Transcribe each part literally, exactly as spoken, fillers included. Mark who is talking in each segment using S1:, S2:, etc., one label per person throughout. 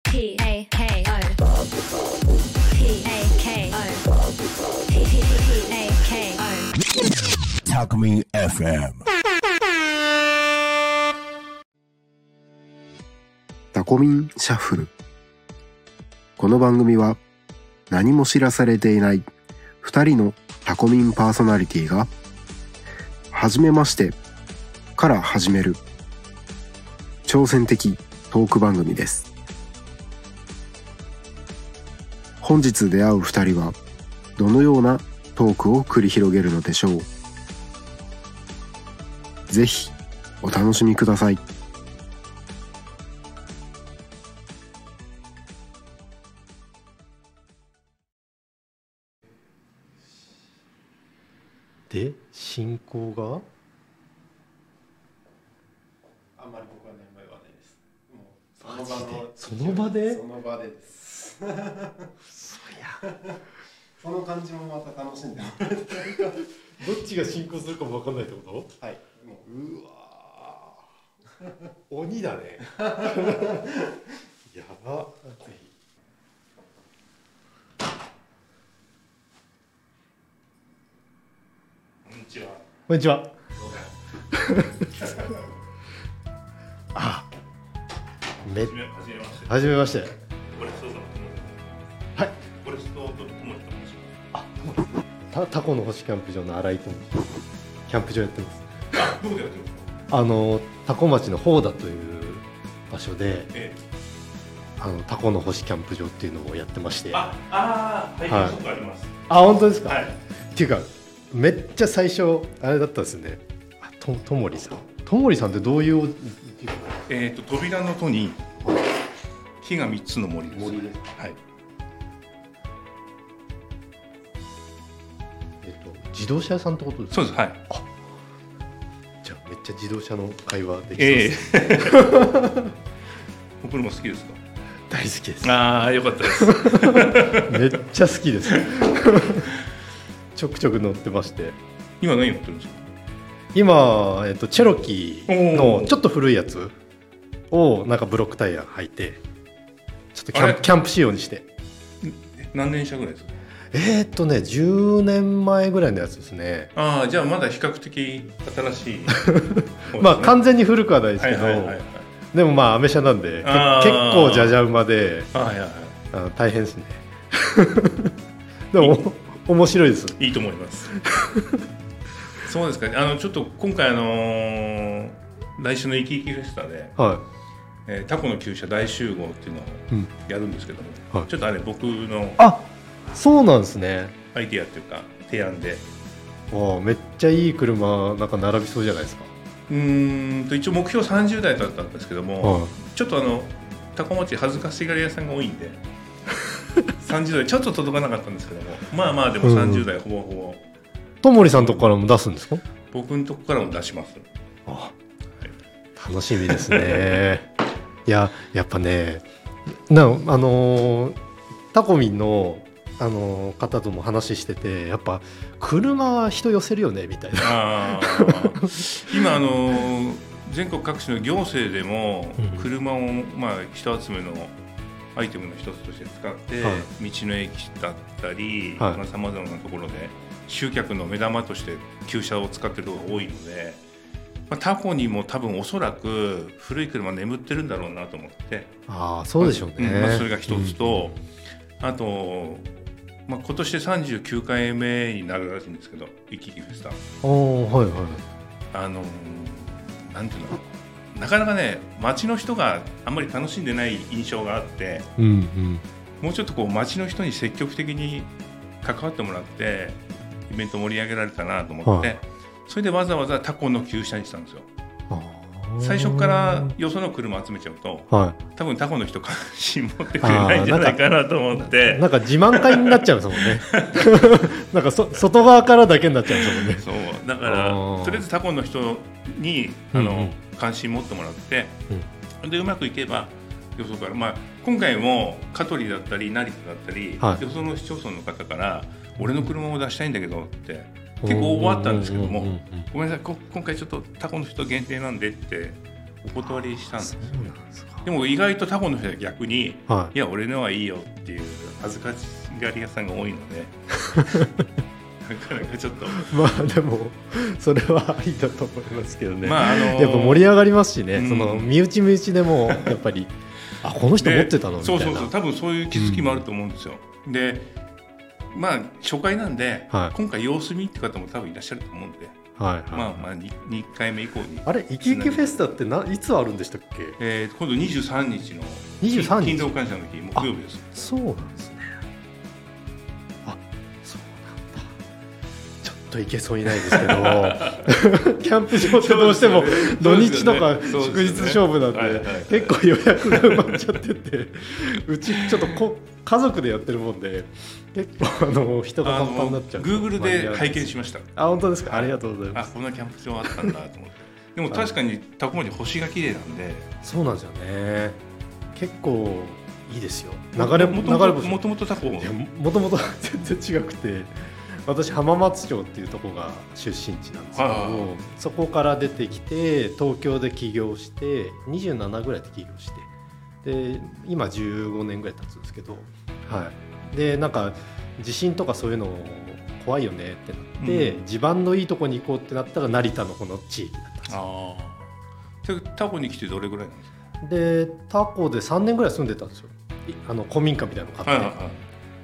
S1: T A K O T A K O T A K O
S2: タコミン エフエム
S3: タコミンシャッフル。この番組は何も知らされていないふたりのタコミンパーソナリティが初めましてから始める挑戦的トーク番組です。本日出会うふたりはどのようなトークを繰り広げるのでしょう。ぜひお楽しみください。
S4: で、進行が
S5: あんまり僕は年配はないです。もうその場の
S4: その場で
S5: その場でです
S4: そや
S5: その感じもまた楽しんでもらえたら
S4: どっちが進行するかも分かんないってこ
S5: はいも
S4: と？うわ鬼だねやば。ぜひ
S5: こんにちは。
S4: こんにちはあめっ
S5: はじめまして。
S4: はじめまして。
S5: これそうだ。
S4: はい、
S5: これストートともにと申し
S4: あたタコの星キャンプ場の新井とキャンプ場やってます。
S5: ます。あ、どこでやってるんですか。
S4: あのタコ町の宝田という場所で、
S5: ええ、
S4: あのタコの星キャンプ場っていうのをやってまして。
S5: あ、あー、はい、そうあります。
S4: あ、本当ですか。
S5: はい。
S4: っていうかめっちゃ最初あれだったんですね。あとともりさんともりさんってどういう
S5: えっと扉の戸に木が三つの森です。
S4: 森です。
S5: はい。
S4: えっと自動車屋さんってことですか。
S5: そうです。はい。
S4: じゃあめっちゃ自動車の会話できそう
S5: ええ
S4: です、
S5: 僕も好きですか。
S4: 大好きです。
S5: ああ、よかったです。
S4: めっちゃ好きですちょくちょく乗ってまして、
S5: 今何乗ってるんですか。
S4: 今、えっと、チェロキーのちょっと古いやつをなんかブロックタイヤ履いてちょっとキャンプ、キャンプ仕様にして。
S5: 何年車ぐらいですか。
S4: えー、っとねじゅうねんまえぐらいのやつですね。
S5: ああ、じゃあまだ比較的新しい、ね、
S4: まあ完全に古くはないですけど、
S5: はいはいはいはい、
S4: でもまあアメ車なんで結構じゃじゃ馬で、
S5: はいはいはい、
S4: あの大変ですねでも面白いです。
S5: いいと思いますそうですか。あのちょっと今回あのー、来週のイキイキフェスタで、
S4: はい、
S5: えー、タコの厩舎大集合っていうのをやるんですけども、
S4: うんはい、
S5: ちょっとあれ僕の
S4: あそうなんですね。
S5: アイディアっていうか提案で、
S4: あめっちゃいい車なんか並びそうじゃないですか。
S5: うーんと一応目標さんじゅうだいだったんですけども、はい、ちょっとあのタコ町恥ずかしがり屋さんが多いんでさんじゅうだいちょっと届かなかったんですけども、まあまあでもさんじゅうだいほぼほぼ、
S4: ともりさんのとこからも出すんですか。
S5: 僕のとこからも出します。あ、
S4: はい、楽しみですねいややっぱねなあのー、タコミンのあの方とも話してて、やっぱ車は人寄せるよねみたいな。
S5: あ今あの全国各地の行政でも車を、まあ、人集めのアイテムの一つとして使って、はい、道の駅だったりさまざ、まなところで集客の目玉として厩舎を使っているところが多いので、まあ、タコにも多分おそらく古い車眠ってるんだろうなと思って。
S4: あそうでしょうね、
S5: まあまあ、それが一つと、うん、あとまあ、今年でさんじゅうきゅうかいめになるらしいんですけど、イキイキフェスタ。
S4: おはいはい、
S5: あのなんていうの、なかなかね街の人があんまり楽しんでない印象があって、
S4: うんうん、
S5: もうちょっとこう街の人に積極的に関わってもらってイベント盛り上げられたなと思って、はい、それでわざわざタコの厩舎にしたんですよ。最初からよその車集めちゃうと、はい、多分タコの人関心持ってくれないんじゃないかなと思って、
S4: なんか自慢会になっちゃうんですもんねなんかそ外側からだけになっちゃうんですもんね。
S5: そうだからとりあえずタコの人にあの、うんうん、関心持ってもらって、うん、でうまくいけばよそから、まあ、今回も香取だったり成田だったり、はい、よその市町村の方から俺の車を出したいんだけどって結構応募あったんですけども、ごめんなさい今回ちょっとタコの人限定なんでってお断りしたんです。
S4: そうなんですか。
S5: でも意外とタコの人は逆に、
S4: はい、
S5: いや俺のはいいよっていう恥ずかしがり屋さんが多いのでなかなかちょっと
S4: まあでもそれはありだと思いますけどね、
S5: まああのー、
S4: やっぱ盛り上がりますしね、
S5: うん、
S4: その身内身内でもやっぱりあこの人持ってたのみたいな、
S5: そうそうそう多分そういう気づきもあると思うんですよ、うん、でまあ初回なんで、はい、今回様子見って方も多分いらっしゃると思うんで、はいはい、まあまあ 2, にかいめ以降に
S4: あれイキイキフェスタってないつあるんでしたっけ？
S5: えー、今度にじゅうさんにちの
S4: にじゅうさんにち
S5: 勤労感謝の日木曜日です。
S4: そうなんですね。あそうなんだ。ちょっと行けそうにないですけどキャンプ場ってどうしても土日とか祝日勝負なんで結構予約が埋まっちゃっててうちちょっとこ家族でやってるもんで結構あの人がパンパンになっちゃう。
S5: Google で拝見しました。
S4: あ本当ですか。ありがとうございます。
S5: あこんなキャンプ場あったんだと思ってでも確かにタコ町星が綺麗なんで
S4: そうなんですよね。結構いいですよ。流れ
S5: もともとタコも
S4: ともと全然違くて私浜松町っていうところが出身地なんですけどそこから出てきて東京で起業してにじゅうななぐらいで起業してで今じゅうごねんぐらい経つんですけど、はい、でなんか地震とかそういうの怖いよねってなって、うん、地盤のいいとこに行こうってなったら成田のこの地域だったんですよ。
S5: あタコに来てどれぐらいなんですか？
S4: でタコでさんねんぐらい住んでたんですよ。あの古民家みたいなの買って、はいはいはい、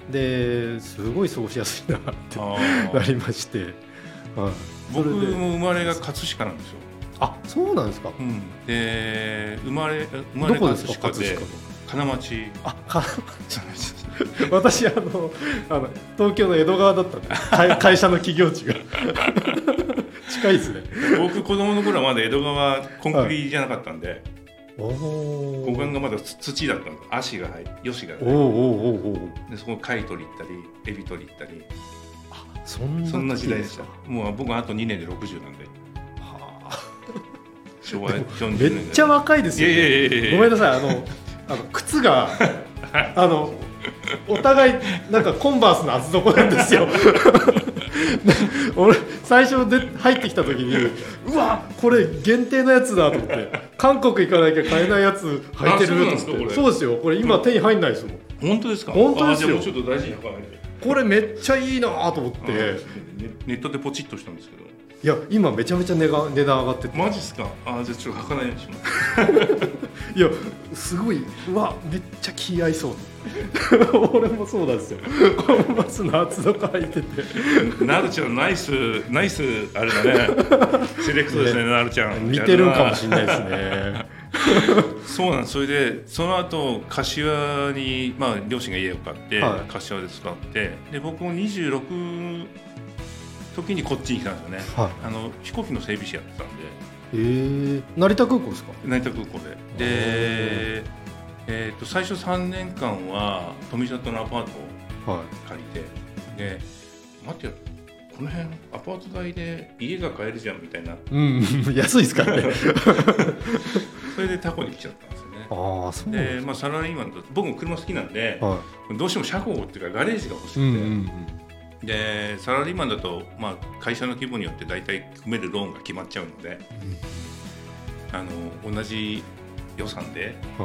S4: ですごい過ごしやすいなってなりまして、はい、
S5: 僕も生まれが葛飾なんですよ。
S4: あそうなんですか、
S5: うん、で生まれ生まれ葛飾で金町
S4: あ金町私あのあの東京の江戸川だったんで会社の企業地が近いですね。
S5: 僕子供の頃はまだ江戸川コンクリじゃなかったんで、はい、護岸がまだ土だったんです。足が入って吉が入ってでそこ貝取り行ったりエビ取り行ったり
S4: あ そ, んな
S5: そんな時代でした。もう僕はあとにねんでろくじゅうなんで、はあ、昭和よんじゅうねん
S4: めっちゃ若いですよね。いやいやいやいやごめんなさいあのあの靴があのお互いなんかコンバースの厚底なんですよ俺最初で入ってきた時にうわこれ限定のやつだと思って韓国行かなきゃ買えないやつ履いてると思って。そうですよこれ今手に入んないですもん。
S5: 本当ですか？
S4: 本当ですよ。
S5: あじゃあもうちょっと大事に履かないで。
S4: これめっちゃいいなと思って
S5: ネットでポチッとしたんですけど
S4: いや今めちゃめちゃ値が値段上がってて
S5: マジっすか？あじゃあちょっと履かないようにします
S4: いやすごいうわめっちゃ気合いそう俺もそうなんですよコンバースの厚底履いてて
S5: なるちゃんナイスナイスあれだねセレクトですねなるちゃん
S4: 見てるんかもしれないですね
S5: そうなんです。それでその後柏に、まあ、両親が家を買って、はい、柏で育ってで僕もにじゅうろく時にこっちに来たんですよね、はい、あの飛行機の整備士やってたんで。
S4: えー、成田空港ですか？
S5: 成田空港でで、えー、と最初さんねんかんは富里のアパートを借りて、はい、で待ってよこの辺アパート代で家が買えるじゃんみたいな、
S4: うん、安いですからね
S5: それでタコに来ちゃったんですよね。
S4: あそうなんですか。
S5: で、まあ、サラリーマンと僕も車好きなんで、はい、どうしても車庫っていうかガレージが欲しくて、うんうんうん、でサラリーマンだと、まあ、会社の規模によって大体組めるローンが決まっちゃうので、うん、あの同じ予算で、はい、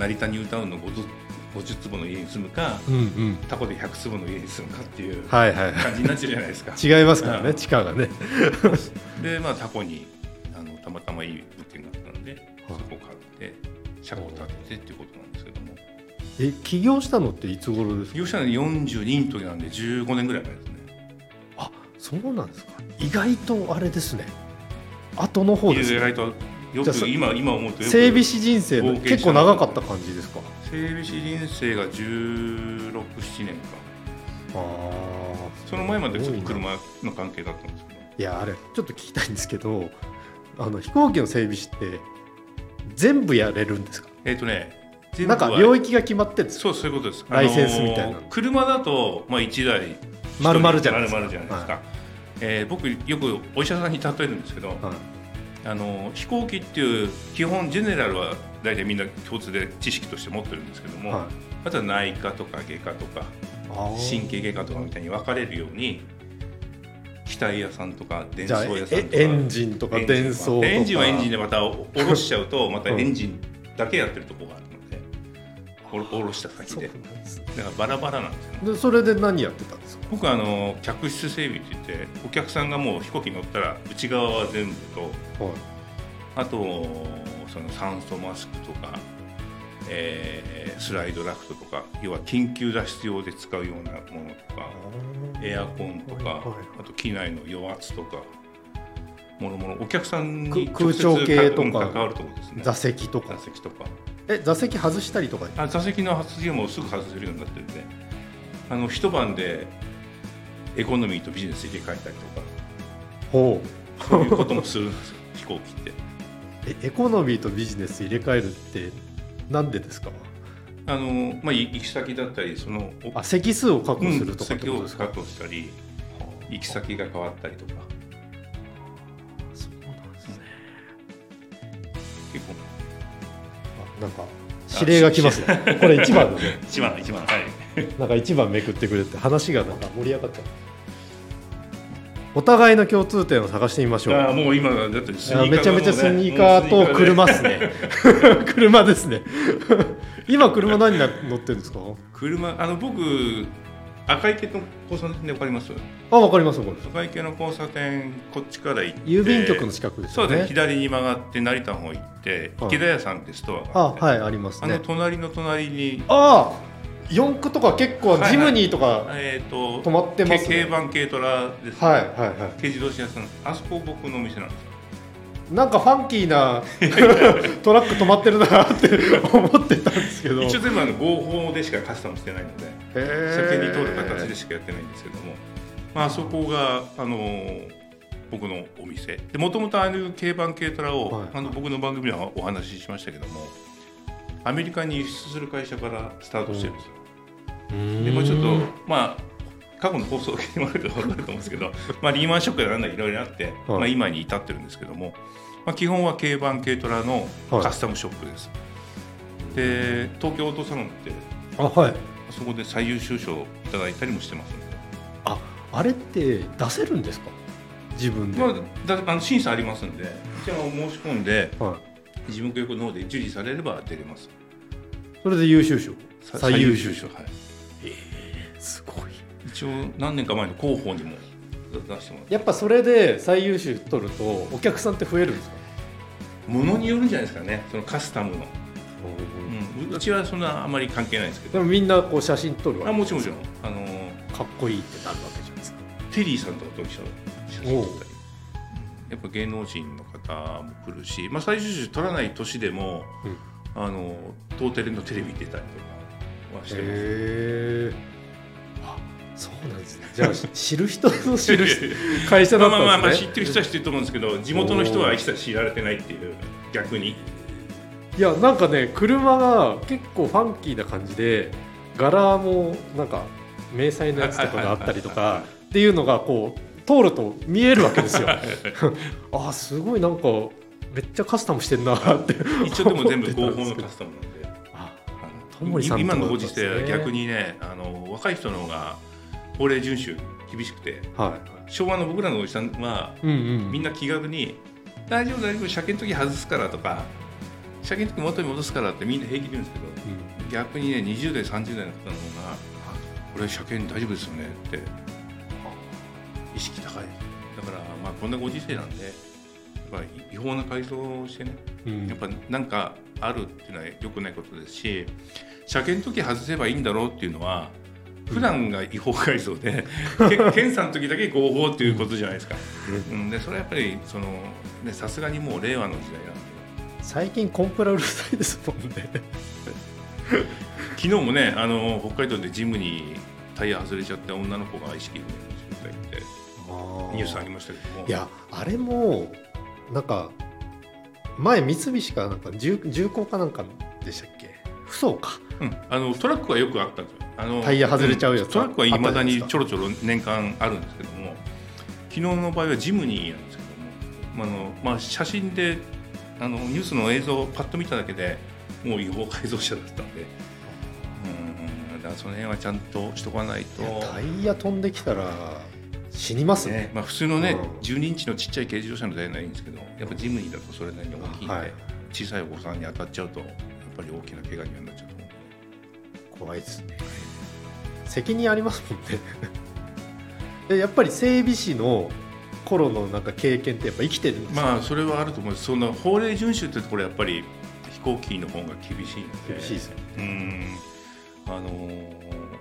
S5: 成田ニュータウンのごじゅっつぼの家に住むか、うんうん、タコでひゃくつぼの家に住むかっていう感じになっちゃうじゃないですか、
S4: はいはいはい、違いますからね地価がね
S5: で、まあ、タコにあのたまたまいい物件があったので、はい、そこを買って車庫を建ててっていうことなんですけども。
S4: え起業したのっていつ頃ですか？
S5: 起業したのよんじゅうにの時なんでじゅうごねんぐらい前ですね。
S4: あそうなんですか。意外とあれですね後の方ですね。
S5: 意外とよく今今思うとよく
S4: 整備士人生結構長かった感じですか？
S5: 整備士人生がじゅうろく、ななねんか。あその前までちょっと車の関係だったんですけど。
S4: いやあれちょっと聞きたいんですけどあの飛行機の整備士って全部やれるんですか？
S5: えっ、ー、とね
S4: なんか領域が決まってるんですか？
S5: そうそういうことです。
S4: ライセンスみたいな、
S5: あのー、車だと、まあ、いちだい
S4: 丸々じゃないですか。
S5: 丸々じゃないですか、はいえー、僕よくお医者さんに例えるんですけど、はい、あのー、飛行機っていう基本ジェネラルは大体みんな共通で知識として持ってるんですけども、はい、あとは内科とか外科とか神経外科とかみたいに分かれるように機体屋さんとか電装屋さんとか
S4: エンジンとか電装とか
S5: エンジンはエンジンでまた下ろしちゃうとまたエンジンだけやってるところがあるので、おろ下ろした先で、だからバラバラなんですよね。
S4: でそれで何やってたんですか？
S5: 僕はあの客室整備って言って、お客さんがもう飛行機乗ったら内側は全部と、はい、あとその酸素マスクとか、えー、スライドラフトとか、要は緊急脱出用で使うようなものとか、エアコンとか、はいはい、あと機内の余圧とか、もろもろお客さんに
S4: 空調系とか
S5: 関わるところですね。
S4: 座席とか
S5: 座席とか
S4: え座席外したりとか。
S5: あ座席の外しもすぐ外せるようになってるんで、あの一晩でエコノミーとビジネス入れ替えたりとか、
S4: ほ
S5: うそういうこともするんですよ飛行機って
S4: えエコノミーとビジネス入れ替えるってなんでですか？
S5: あの、まあ、行き先だったり、その
S4: あ席数を確保するとかってことですか？
S5: 席を確保したり、行き先が変わったりとか。
S4: そうなんですね。
S5: 結構
S4: あなんか指令が来ますね。これいちばんでね。
S5: いちばんいちばんはい。
S4: なんかいちばんめくってくれて話がなんか盛り上がっちゃう。お互いの共通点を探してみましょう。
S5: あもう今だってスニーカーがもうね、
S4: めちゃめちゃスニーカーと車ですね。車ですね。今車何乗ってるんですか？
S5: 車あの僕赤池の交差点で分かります？
S4: あ分かります分かります。
S5: 赤池の交差点こっちから行って
S4: 郵便局の近くですよね。
S5: そうです。左に曲がって成田の方行って、はい、池田屋さんってストアがあって、
S4: あはいありますね。
S5: あの隣の隣に
S4: ああ四駆とか結構ジムニーとか、はいはい、えー、と止まってますね。
S5: 軽バン軽トラですね。
S4: はいはいはい。
S5: 軽自動車屋さん、あそこ僕のお店なんですよ。
S4: なんかファンキーなトラック止まってるなって思ってたんですけど、
S5: 一応全部あの合法でしかカスタムしてないので、先に通る形でしかやってないんですけども、まあ、あそこがあの僕のお店で、もともとあの軽バン軽トラを、はい、あの僕の番組ではお話ししましたけども、アメリカに輸出する会社からスタートしてるんですよ。でもうちょっとまあ過去の放送を聞いてもらうと分かると思うんですけど、まあ、リーマンショックでなんだいろいろあって、はい、まあ、今に至ってるんですけども、まあ、基本は軽バン軽トラのカスタムショップです、はい、で東京オートサロンって
S4: あ、はい、
S5: そこで最優秀賞をいただいたりもしてますので。
S4: あ、あれって出せるんですか？自分で、
S5: まあ、だあの審査ありますんで、じゃあ申し込んで、はい、事務局の方で受理されれば出れます。
S4: それで優秀賞、
S5: 最優秀賞、はい、
S4: えー、すごい。
S5: 一応何年か前の広報にも出してもらって、
S4: やっぱそれで最優秀取るとお客さんって増えるんですか？
S5: ものによるんじゃないですかね、そのカスタムの、うん、うちはそんなあまり関係ないんですけど。
S4: でもみんなこう写真撮るわけですか？
S5: あ、もちろんもちろん、あのー、
S4: かっこいいってなるわけじゃないですか。
S5: テリーさんとかと一緒の写真撮ったり、やっぱ芸能人の方も来るし、まあ、最優秀取らない年でも、うん、あの東テレのテレビ出たりとかはしてます。
S4: へー、あ、そうなんですね。じゃあ知る人の知る会社だったんですね。まあまあまあ知ってる人は知ってると思うんですけど、地元の人は一切知られてないっていう、逆に。 いやなんかね、車が結構ファンキーな感じで、柄もなんか迷彩のやつとかがあったりとかっていうのがこう通ると見えるわけですよ。あ、すごいなんかめっちゃカスタムしてんなって
S5: 一応でも全部合法のカスタムなんで。
S4: あ、
S5: 今のご時世は逆にね、あの若い人の方が法令遵守厳しくて、はい、昭和の僕らのおじさんは、うんうん、みんな気軽に大丈夫大丈夫、車検の時外すからとか、車検の時元に戻すからってみんな平気で言うんですけど、うん、逆にねにじゅう代さんじゅう代の方の方が、これ車検大丈夫ですよねって意識高い。だからまあこんなご時世なんで、やっぱ違法な改造をしてね、うん、やっぱなんかあるっていうのは良くないことですし、車検の時外せばいいんだろうっていうのは普段が違法改造で、うん、検査の時だけ合法っていうことじゃないですか、うん、でそれはやっぱりそのね、さすがにもう令和の時代なんで。
S4: 最近コンプラうるさいですもんね。
S5: 昨日もね、あの北海道でジムにタイヤ外れちゃって女の子が意識不明の状態ってニュースありましたけども。
S4: いや、あれもなんか前三菱かなんか重工かなんかでしたっけ、不走か、
S5: うん、あのトラックはよくあったんですよ。あの
S4: タイヤ外れちゃうやつ、
S5: トラックはいまだにちょろちょろ年間あるんですけども、昨日の場合はジムニーなんですけども、あの、まあ、写真であのニュースの映像をパッと見ただけでもう違法改造車だったんで、うん、だからその辺はちゃんとしとかないと。
S4: タイヤ飛んできたら死にますね。
S5: ね、まあ、普通のね、うん、じゅうにインチのちっちゃい軽自動車のタイヤならいいんですけど、やっぱジムニーだとそれなりに大きいんで、はい、 小さいお子さんに当たっちゃうとやっぱり大きな怪我にはなっちゃうと思う。
S4: 怖いですね。責任ありますもんねでやっぱり整備士の頃のなんか経験ってやっぱ生きてるんですか？
S5: まあそれはあると思います。その法令遵守ってところやっぱり飛行機の方が厳しいので。
S4: 厳しいですよね。
S5: うんあのー、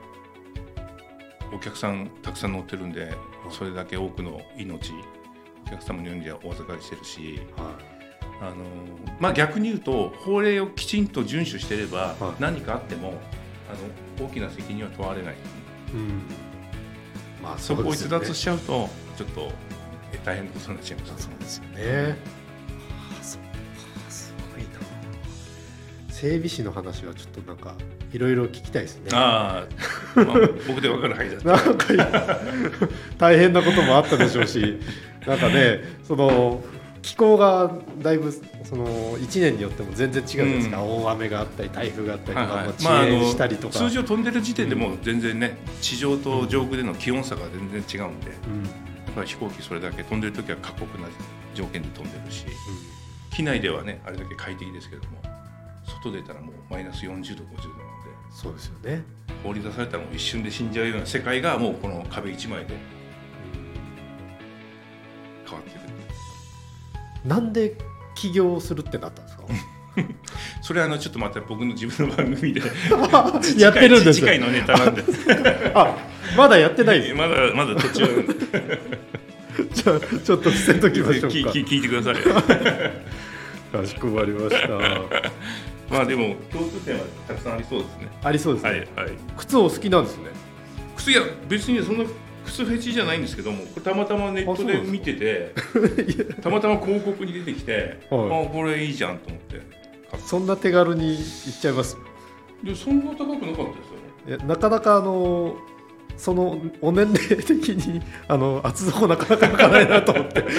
S5: お客さんたくさん乗ってるんで、それだけ多くの命お客様の命はお預かりしてるし、
S4: は
S5: あのーまあ、逆に言うと法令をきちんと遵守していれば、
S4: はい、
S5: 何かあってもあの大きな責任は問われない、
S4: うんまあ
S5: そこを逸脱し
S4: ち
S5: ちゃうとちょっと大変なことになっちゃいます。
S4: そうですよね。あそうすごいな。整備士の話はちょっとなんかいろいろ聞きたいですね。
S5: あ、まあ、僕で分かる範囲だった
S4: なんか大変なこともあったでしょうしなんかねその気候がだいぶそのいちねんによっても全然違うじゃないですか、うん、大雨があったり台風があったりとか、はいはい、遅延したりとか、
S5: まあ、通常飛んでる時点でもう全然ね、うん、地上と上空での気温差が全然違うんで、うん、やっぱり飛行機それだけ飛んでる時は過酷な条件で飛んでるし、うん、機内ではねあれだけ快適ですけども外出たらもうマイナスよんじゅうどごじゅうどなので、
S4: そうですよね。
S5: 放り出されたらもう一瞬で死んじゃうような世界がもうこの壁一枚で変わってくる。
S4: なんで起業するってなったんですか
S5: それはあのちょっとまた僕の自分の番組で
S4: やってるんです
S5: 次回のネタなんで
S4: あまだやってないです
S5: まだまだ途中なんで
S4: じゃあちょっと伏せときましょうか
S5: 聞, 聞いてください
S4: かしこまりました
S5: まあでも共通点はたくさんありそうですね。
S4: ありそうですね、
S5: はいはい、
S4: 靴お好きなんですね。
S5: 靴、いや別にそんな靴フェチじゃないんですけども、たまたまネットで見ててたまたま広告に出てきて、はい、あこれいいじゃんと思って買った。
S4: そんな手軽にいっちゃいます？
S5: でそんな高くなかったですよ。
S4: いやなかなかあのそのお年齢的にあの厚底なかなかいかないなと思って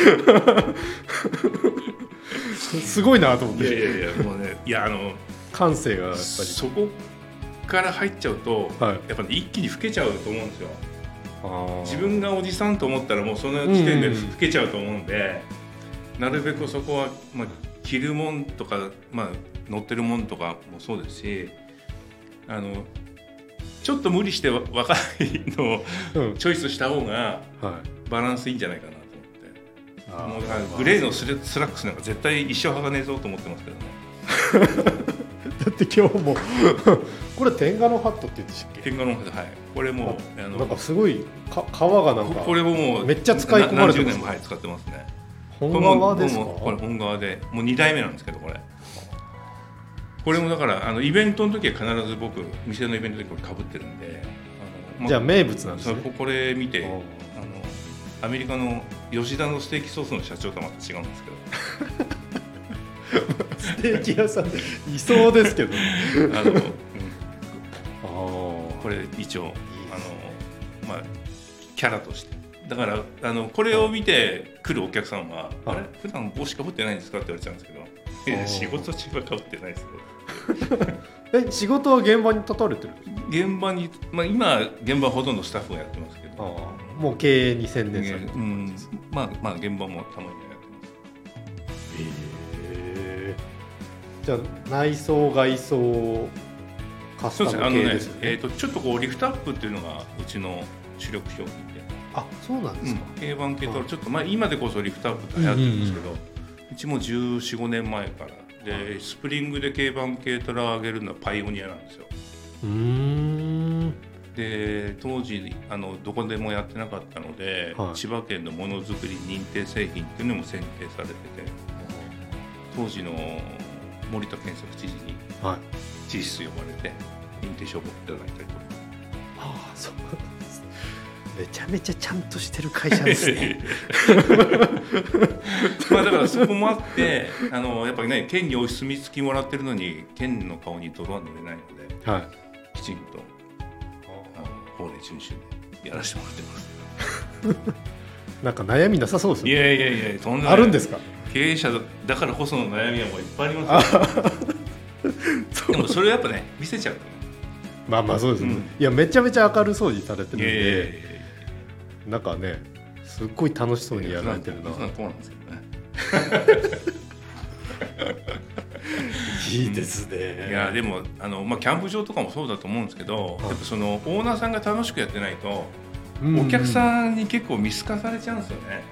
S4: すごいなと思って。
S5: いやいやいやもうねいやあの
S4: 感性がやっぱり
S5: そこから入っちゃうと、はい、やっぱり、ね、一気に老けちゃうと思うんですよ。あ自分がおじさんと思ったらもうその時点で老けちゃうと思うんで、うん、なるべくそこは、まあ、着るもんとか、まあ、乗ってるもんとかもそうですし、あのちょっと無理して若いのをチョイスした方がバランスいいんじゃないかなと思って、うん、もうグレーのスラックスなんか絶対一生履かねえぞと思ってますけどね
S4: だって今日もこれ天下のハットって言ってたっけ？
S5: 天下のハット、はい。これも
S4: あのなんかすごいか革がなんか
S5: これももう
S4: めっちゃ使い込まれてます。
S5: 何十年も、はい、使ってますね。
S4: 本革ですか？
S5: これ本革でもうにだいめなんですけどこれ。これもだからあのイベントの時は必ず僕店のイベントでこれ被ってるんで、
S4: あの、ま、じゃあ名物なんですね。
S5: これ見てあのアメリカの吉田のステーキソースの社長とはまた違うんですけど。
S4: ステーキ屋さんいそうですけど
S5: あの、うん、あこれ一応あの、まあ、キャラとしてだからあのこれを見て来るお客さんはあれ普段帽子かぶってないんですかって言われちゃうんですけど、いや仕事中はかぶってないですよ
S4: え仕事は現場に立たれてるんですか？
S5: 現場に、まあ、今現場ほとんどスタッフがやってますけど、
S4: あもう経営に専念されてる、
S5: うん、まあまあ現場もたまにはやってます。
S4: へえじゃあ内装外装カスタム系ですね。
S5: えーと、ちょっとこうリフトアップっていうのがうちの主力商品で、
S4: あそうなんですか。
S5: うん、軽バン系とちょっと、まあ、今でこそリフトアップって流行ってるんですけど、うんうんうん、うちもじゅうよん、ごねんまえからでスプリングで軽バン軽トラ上げるのはパイオニアなんですよ。
S4: うーん
S5: で当時あのどこでもやってなかったので、はい、千葉県のものづくり認定製品っていうのも選定されてて、当時の森田健作知事に直筆呼ばれて認定証をいただいたりとか。
S4: ああそうなんです。めちゃめちゃちゃんとしてる会社ですね
S5: まあだからそこもあってあのやっぱりね県にお墨付きもらってるのに県の顔に泥は塗れないので、はい、きちんと法令遵守でやらせてもらってます
S4: なんか悩みなさそうですね。
S5: いやいやいやとんでもない。
S4: あるんですか？
S5: 経営者だからこその悩みはもういっぱいありますよでもそれをやっぱね見せちゃうとね。
S4: まあまあそうですね、うん、いやめちゃめちゃ明るそうにされてるんで、なんかねすっごい楽しそうにやられてるな。
S5: そうなんですけどね
S4: いいですね。
S5: いやでもあの、まあ、キャンプ場とかもそうだと思うんですけど、
S4: はい、
S5: やっぱそのオーナーさんが楽しくやってないと、
S4: うんうん、
S5: お客さんに結構見透かされちゃうんですよね。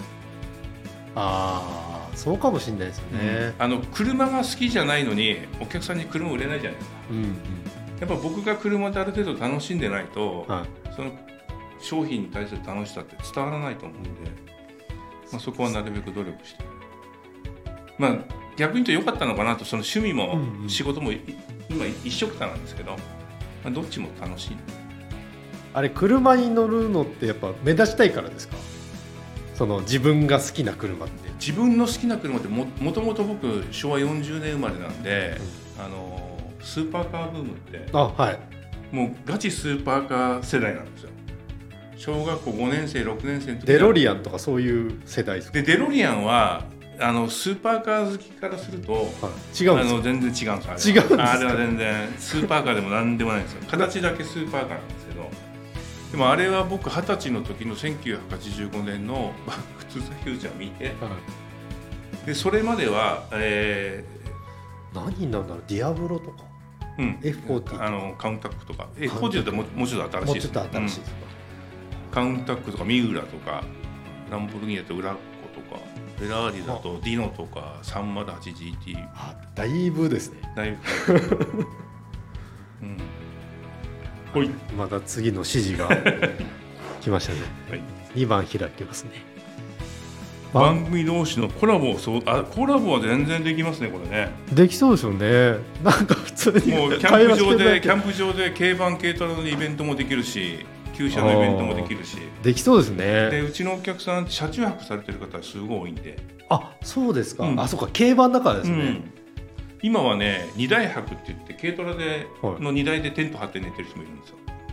S4: ああ、そうかもしれないですね、
S5: うん、あの車が好きじゃないのにお客さんに車売れないじゃないですか、
S4: うんうん、
S5: やっぱ僕が車である程度楽しんでないと、
S4: はい、
S5: その商品に対する楽しさって伝わらないと思うんで、まあ、そこはなるべく努力して、まあ逆に言うと良かったのかなと、その趣味も仕事も、うんうん、今一緒くたなんですけど、まあ、どっちも楽しい。
S4: あれ車に乗るのってやっぱ目立ちたいからですか？その自分が好きな車って。
S5: 自分の好きな車って も, もともと僕しょわよんじゅうねん生まれなんで、うん、あのスーパーカーブームって、
S4: あ、はい、
S5: もうガチスーパーカー世代なんですよ。小学校ごねん生ろくねん生の時
S4: デロリアンとかそういう世代ですか？
S5: でデロリアンはあのスーパーカー好きからすると、はい、
S4: 違うんです
S5: か？あの全然違うんです。
S4: 違うんですか？
S5: あれは全然スーパーカーでも何でもないんですよ。形だけスーパーカーなんですけど、でもあれは僕はたちの時のせんきゅうひゃくはちじゅうごねんのバックトゥザフューチャー見て、はい、でそれまでは、え
S4: ー、何になるんだろう、ディアブロとか、
S5: うん、
S4: エフフォーティー
S5: あのカウンタックとか エフフォーティー だともうちょっと新しいです。
S4: もうちょっと新しいですか、
S5: うん、カウンタックとかミウラとかランボルギーニだとウラッコとかフェラーリだとディノとか さんまるはちジーティー、
S4: あ、だいぶですね。
S5: だいぶ、うん、ほい、
S4: また次の指示が来ましたね、はい、にばん開きますね。
S5: 番組同士のコラボ、そう、あ、コラボは全然できますね、これね。
S4: できそうですよね。なんか普通に
S5: もうキャンプ場でキャンプ場で軽バン軽トラのイベントもできるし、旧車のイベントもできるし、
S4: できそうですね。
S5: でうちのお客さん車中泊されてる方すごい多いんで。
S4: あ、そうですか、うん、あ、そうか、軽バンだからですね、うん、
S5: 今はねにだい泊って言って軽トラで、はい、のにだいでテント張って寝てる人もいるんですよ。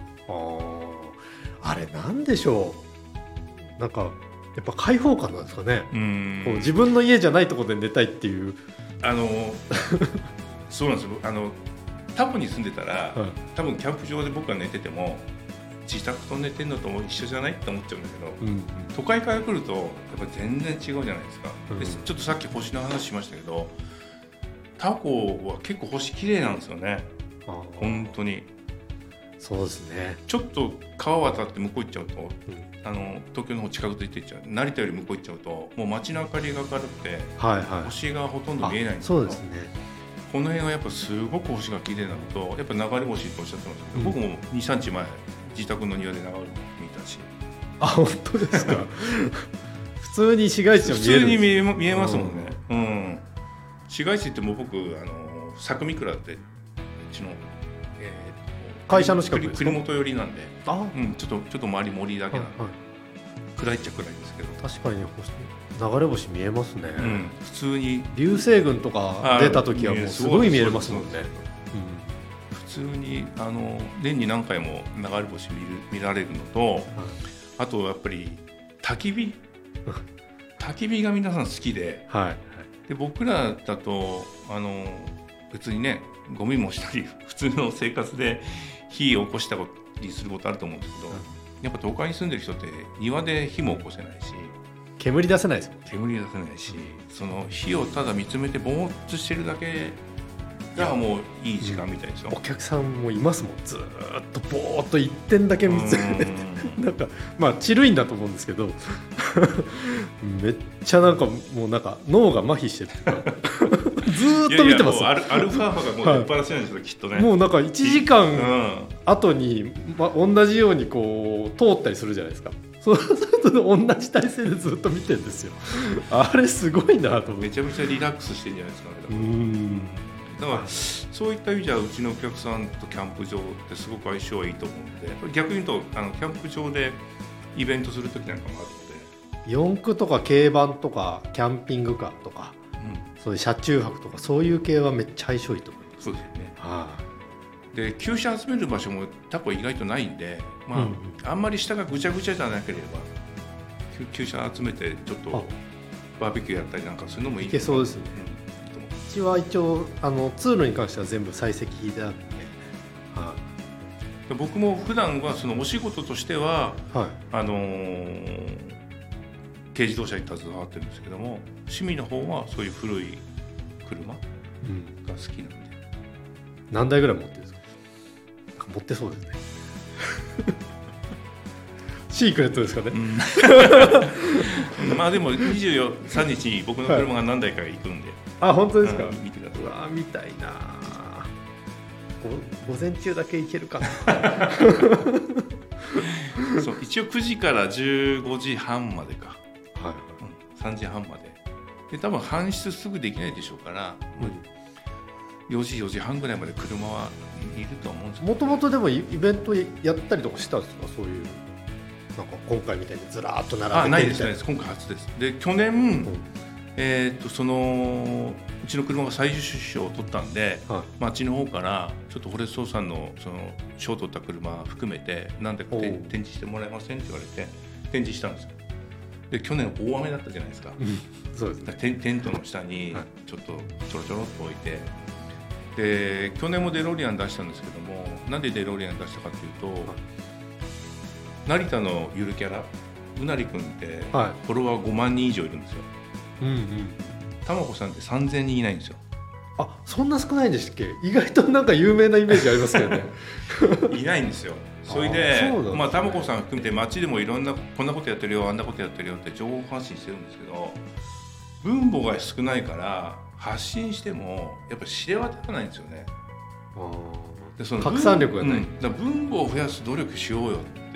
S4: ああ、あれなんでしょう、なんかやっぱ開放感なんですかね。うん、こう自分の家じゃないところで寝たいっていう。
S5: あのそうなんですよ。あのタコに住んでたら、はい、多分キャンプ場で僕が寝てても自宅と寝てるのと一緒じゃないって思っちゃうんだけど、うんうん、都会から来るとやっぱ全然違うじゃないですか、うん、でちょっとさっき星の話しましたけど、タコは結構星綺麗なんですよね。本当に
S4: そうですね。
S5: ちょっと川渡って向こう行っちゃうと、うん、あの東京の方近づいていっちゃう、成田より向こう行っちゃうともう街の明かりが明るくて、はいはい、星がほとんど見えないんですけど、そうですね、この辺はやっぱすごく星が綺麗なのと、やっぱ流れ星とおっしゃってましたけど、うん、僕も にさんにちまえ自宅の庭で流れ星見たし。
S4: あ、本当ですか普通に市街地は見えるんです。
S5: 普通に見え、見えますもんね、うんうん、市街地ってもう僕あの佐久見倉ってうちの、えー、
S4: 会社の近くですか。
S5: 栗本寄りなんで、
S4: あ、
S5: うん、ちょっとちょっと周り森だけなんで、はいはい、暗いっちゃ暗いんですけど、
S4: 確かに流れ星見えますね、うん、
S5: 普通に
S4: 流星群とか出た時はもうすごい見えますもんね。
S5: 普通にあの年に何回も流れ星 見る、見られるのと、はい、あとやっぱり焚き火焚き火が皆さん好きで、はい、で僕らだとあの別にねゴミもしたり普通の生活で火を起こしたりすることあると思うんですけど、はい、やっぱ都会に住んでる人って庭で火も起こせないし
S4: 煙出せないですもんね。
S5: 煙出せないし、その火をただ見つめてぼーっとしてるだけがもういい時間みたいですよ。
S4: お客さんもいますもん。ずーっとぼーっと一点だけ見つめてなんかまあチルいんだと思うんですけどめっちゃなんかもうなんか脳が麻痺してるっていうかずーっと見てます。
S5: いやいやもうアルファ波がもう出っ放しなんですよ、はい、きっとね。
S4: もうなんかいちじかん後に、ま、同じようにこう通ったりするじゃないですか。そうすると同じ体勢でずっと見てるんですよ。あれすごいなと思って。
S5: めちゃめちゃリラックスしてるんじゃないですかね。だから、うんだからそういった意味ではうちのお客さんとキャンプ場ってすごく相性はいいと思うので、逆に言うとあのキャンプ場でイベントするときなんかもあるので、
S4: 四駆とか軽バンとかキャンピングカーとか、うん、そういう車中泊とかそういう系はめっちゃ相性いいと思います。
S5: そうですよね、はあ、で旧車集める場所もタコ意外とないんで、まあうんうん、あんまり下がぐちゃぐちゃじゃなければ旧車集めてちょっとバーベキューやったりなんかするのもいい。
S4: いけそうですね、うん、うちは一応あの通路に関しては全部採石引いてあるんで、は
S5: あ、僕も普段はそのお仕事としては、はい、あのー、軽自動車に携わってるんですけども、趣味の方はそういう古い車が好きなんで、
S4: 何台ぐらい持ってるんですか？持ってそうですねシークレットですかね、
S5: うん、まあでもにじゅうさんにちに僕の車が何台か行くんで、
S4: はい、あ本当ですか、
S5: うん、見てください。
S4: うわ見たいな。午前中だけ行けるかな
S5: そう一応くじからじゅうごじはんまでか、
S4: はい、
S5: うん、さんじはんまでで多分搬出すぐできないでしょうから、うん、よじよじはんぐらいまで車はいると思うんですけど、
S4: もともとでもイベントやったりとかしたんですか？そういうなんか今回みたいにずらーっと並べてみたいな。
S5: あないですないです、今回初です。で去年、うん、えー、とそのうちの車が最終出賞を取ったんで、はい、町の方からちょっとフォレストさんのその賞を取った車含めて何でか展示してもらえませんって言われて展示したんですよ。で去年大雨だったじゃないですか、うん、そうですね、テ, テントの下にちょっとちょろちょろっと置いて、で去年もデロリアン出したんですけども、なんでデロリアン出したかというと、はい、成田のゆるキャラうなりくんってフォロワーごまんにん以上いるんですよ、うんうん、たまこさんってさんぜんにんいないんですよ。
S4: あそんな少ないんでしたっけ？意外となんか有名なイメージありますけどね
S5: いないんですよ。それでまあたまこさん含めて街でもいろんなこんなことやってるよあんなことやってるよって情報発信してるんですけど、分母が少ないから発信してもやっぱり知れ渡らないんですよね。
S4: あでその拡散力がない、
S5: うん、だから分母を増やす努力しようよって、うんうん、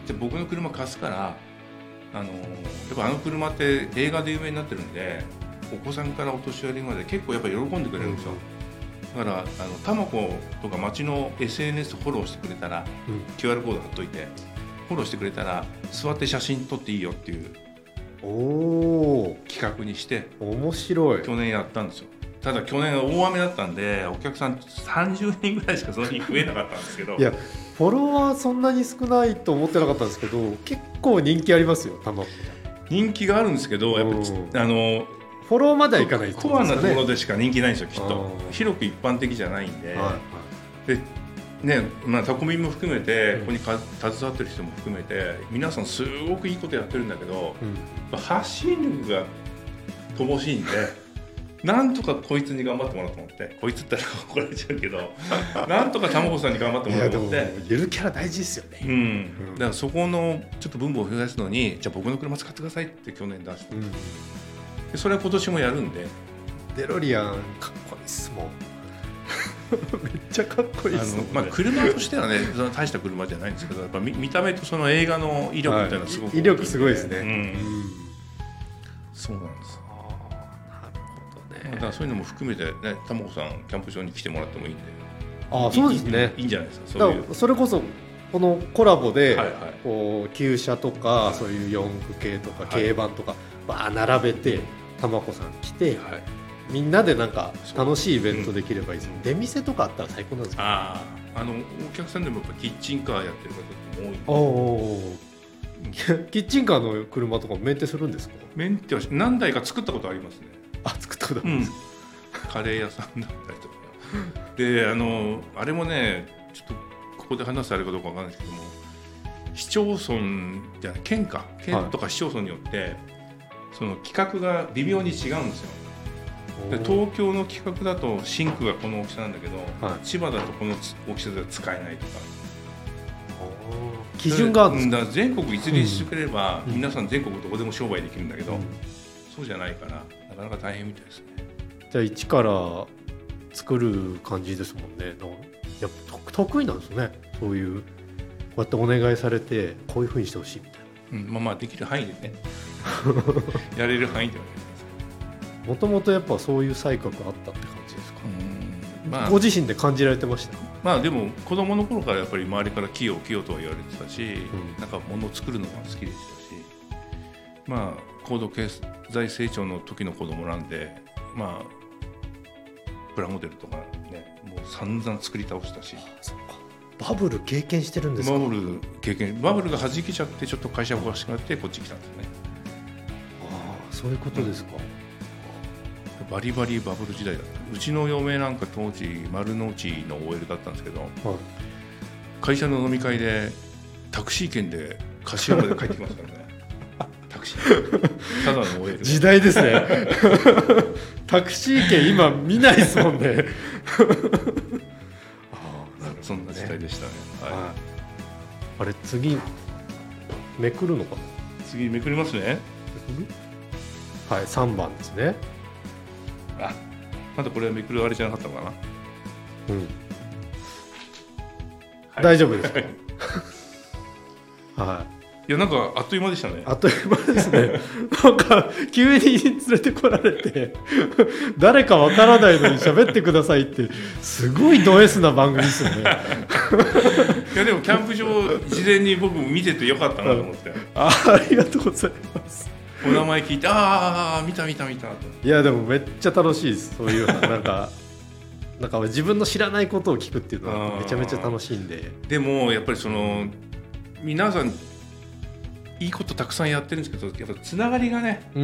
S5: で僕の車貸すからあのやっぱあの車って映画で有名になってるんでお子さんからお年寄りまで結構やっぱ喜んでくれるんですよ、うん、だからあのたまことか町の エスエヌエス フォローしてくれたら、うん、キューアール コード貼っといてフォローしてくれたら座って写真撮っていいよっていうお企画にして
S4: 面白い
S5: 去年やったんですよ。ただ去年は大雨だったんでお客さんさんじゅうにんぐらいしかその日増えなかったんですけど
S4: いやフォロワーそんなに少ないと思ってなかったんですけど結構人気ありますよ。たま
S5: 人気があるんですけどやっぱあの
S4: フォローまではいかない、ね、
S5: コアなところでしか人気ないんですよきっと。広く一般的じゃないんで、はいはい、でねまあ、タコミンも含めて、うん、ここにか携わってる人も含めて皆さんすごくいいことやってるんだけど、うん、発信力が乏しいんでなんとかこいつに頑張ってもらおうと思ってこいつって怒られちゃうけどなんとかたまこさんに頑張ってもらおうと思って
S4: ゆるキャラ大事ですよね、
S5: うんうん、だからそこのちょっと分母を増やすのにじゃあ僕の車使ってくださいって去年出して、うん、でそれは今年もやるんで
S4: デロリアンかっこいいっすもんめっちゃかっこいいっすもん、
S5: まあ、車としてはねその大した車じゃないんですけどやっぱ 見, 見た目とその映画の威力みたいなのがすごく、
S4: はい、威力すごいですね、うんうん、
S5: そうなんです。だからそういうのも含めてねたまこさんキャンプ場に来てもらってもいいんで。
S4: ああそうですね
S5: いいんじゃないですか。
S4: そういうそれこそこのコラボで、はいはい、こう旧車とか、はい、そういう四駆系とか、はい、軽バンとかバー並べてたまこさん来て、はい、みんなでなんか楽しいイベントできればいいですね、うん、出店とかあったら最高なんですか、ね、
S5: ああのお客さんでもやっぱキッチンカーやってる方も多いんで。
S4: キッチンカーの車とかメンテするんですか？
S5: メンテは何台か作ったことありますね。
S4: あ作ったことあるんですか、
S5: うん、カレー屋さんだったりとかであのあれもねちょっとここで話すあれかどうかわからないですけども市町村じゃない県か県とか市町村によって、はい、その規格が微妙に違うんですよ。で東京の規格だとシンクがこの大きさなんだけど、はい、千葉だとこの大きさでは使えないとか
S4: 基準があるんですか？
S5: だから全国一律してくれれば、うん、皆さん全国どこでも商売できるんだけど、うん、そうじゃないからなかなか大変みたいですね。
S4: じゃあ一から作る感じですもんね。やっぱ得意なんですね。そういうこうやってお願いされてこういう風にしてほしいみたいな、
S5: うん、まあまあできる範囲でねやれる範囲ではないです。
S4: もともとやっぱそういう才覚あったって感じですか？うん、まあ、ご自身で感じられてました？
S5: まあでも子供の頃からやっぱり周りから器用器用とは言われてたし、うん、なんか物を作るのが好きでしたし、まあ高度経済成長の時の子供なんで、まあプラモデルとかねもう散々作り倒したし。
S4: そうか。バブル経験してるんですか？
S5: バブル経験、バブルが弾けちゃってちょっと会社がおかしくなってこっち来たんですね。
S4: ああそういうことですか。
S5: うん、バリバリバブル時代だった。うちの嫁なんか当時丸の内の オーエル だったんですけど、はい、会社の飲み会でタクシー券で柏まで帰ってきますからねタクシーただの オーエル
S4: 時代ですねタクシー券今見ないですもんね
S5: でしたね。はい。
S4: はい、あれ次めくるのかな。
S5: 次めくりますね。
S4: はい、さんばんですね。
S5: あ、まだこれはめくるあれじゃなかったのかな。
S4: うん、
S5: はい、
S4: 大丈夫ですか。はい。
S5: いやなんかあっという間でしたね。
S4: あっという間ですね。なんか急に連れてこられて誰かわからないのに喋ってくださいってすごいド S な番組ですよね。
S5: いやでもキャンプ場事前に僕も見ててよかったなと思って。
S4: あありがとうございます。
S5: お名前聞いてああ見た見た見たと。
S4: いやでもめっちゃ楽しいです。そういうなんかなんか自分の知らないことを聞くっていうのはめちゃめちゃ楽しいんで。
S5: でもやっぱりその皆さんいいことたくさんやってるんですけど、やっぱつながりがね、うん、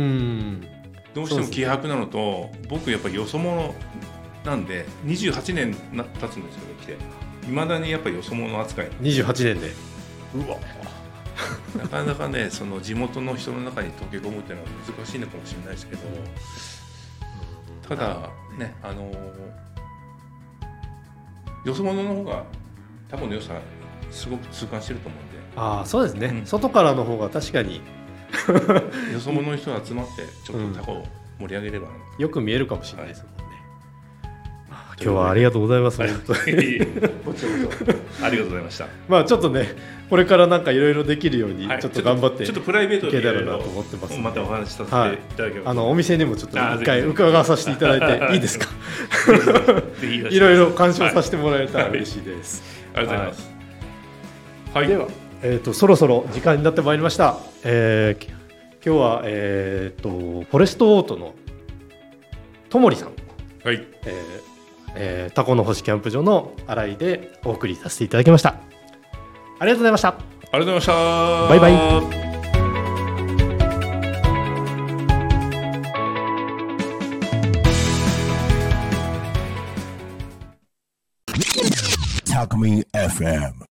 S5: どうしても希薄なのと、ね、僕やっぱりよそ者なんでにじゅうはちねん経つんですけど来ていまだにやっぱりよそ者扱い
S4: にじゅうはちねんで
S5: うわなかなかねその地元の人の中に溶け込むっていうのは難しいのかもしれないですけど、ただねあのよそ者の方がタコの良さすごく痛感してると思うんで。
S4: ああそうですね、うん、外からの方が確かに
S5: よそ者の人が集まってちょっとタコを盛り上げれば、
S4: うん、よく見えるかもしれないですもんね、はい、今日はありがとうございます。本当に
S5: こちらこそありがとうございました。
S4: まあちょっとねこれからなんかいろいろできるようにちょっと頑張って、はい、
S5: ちょっとプライベートでいけ
S4: たらなと思ってます、ね、
S5: またお話しさせていただきます、はい、
S4: あのお店にもちょっと一回伺わさせていただいていいですか。
S5: い
S4: ろいろ鑑賞させてもらえたら嬉しいです、
S5: はいはい、ありがとうございます、
S4: はい、ではえー、とそろそろ時間になってまいりました、えー、今日は、えー、とフォレストオートのともりさん、
S5: はい
S4: えーえー、タコの星キャンプ場の新井でお送りさせていただきました。ありがとうございました。
S5: ありがとうございました。
S4: バイバイ。
S2: タコミン エフエム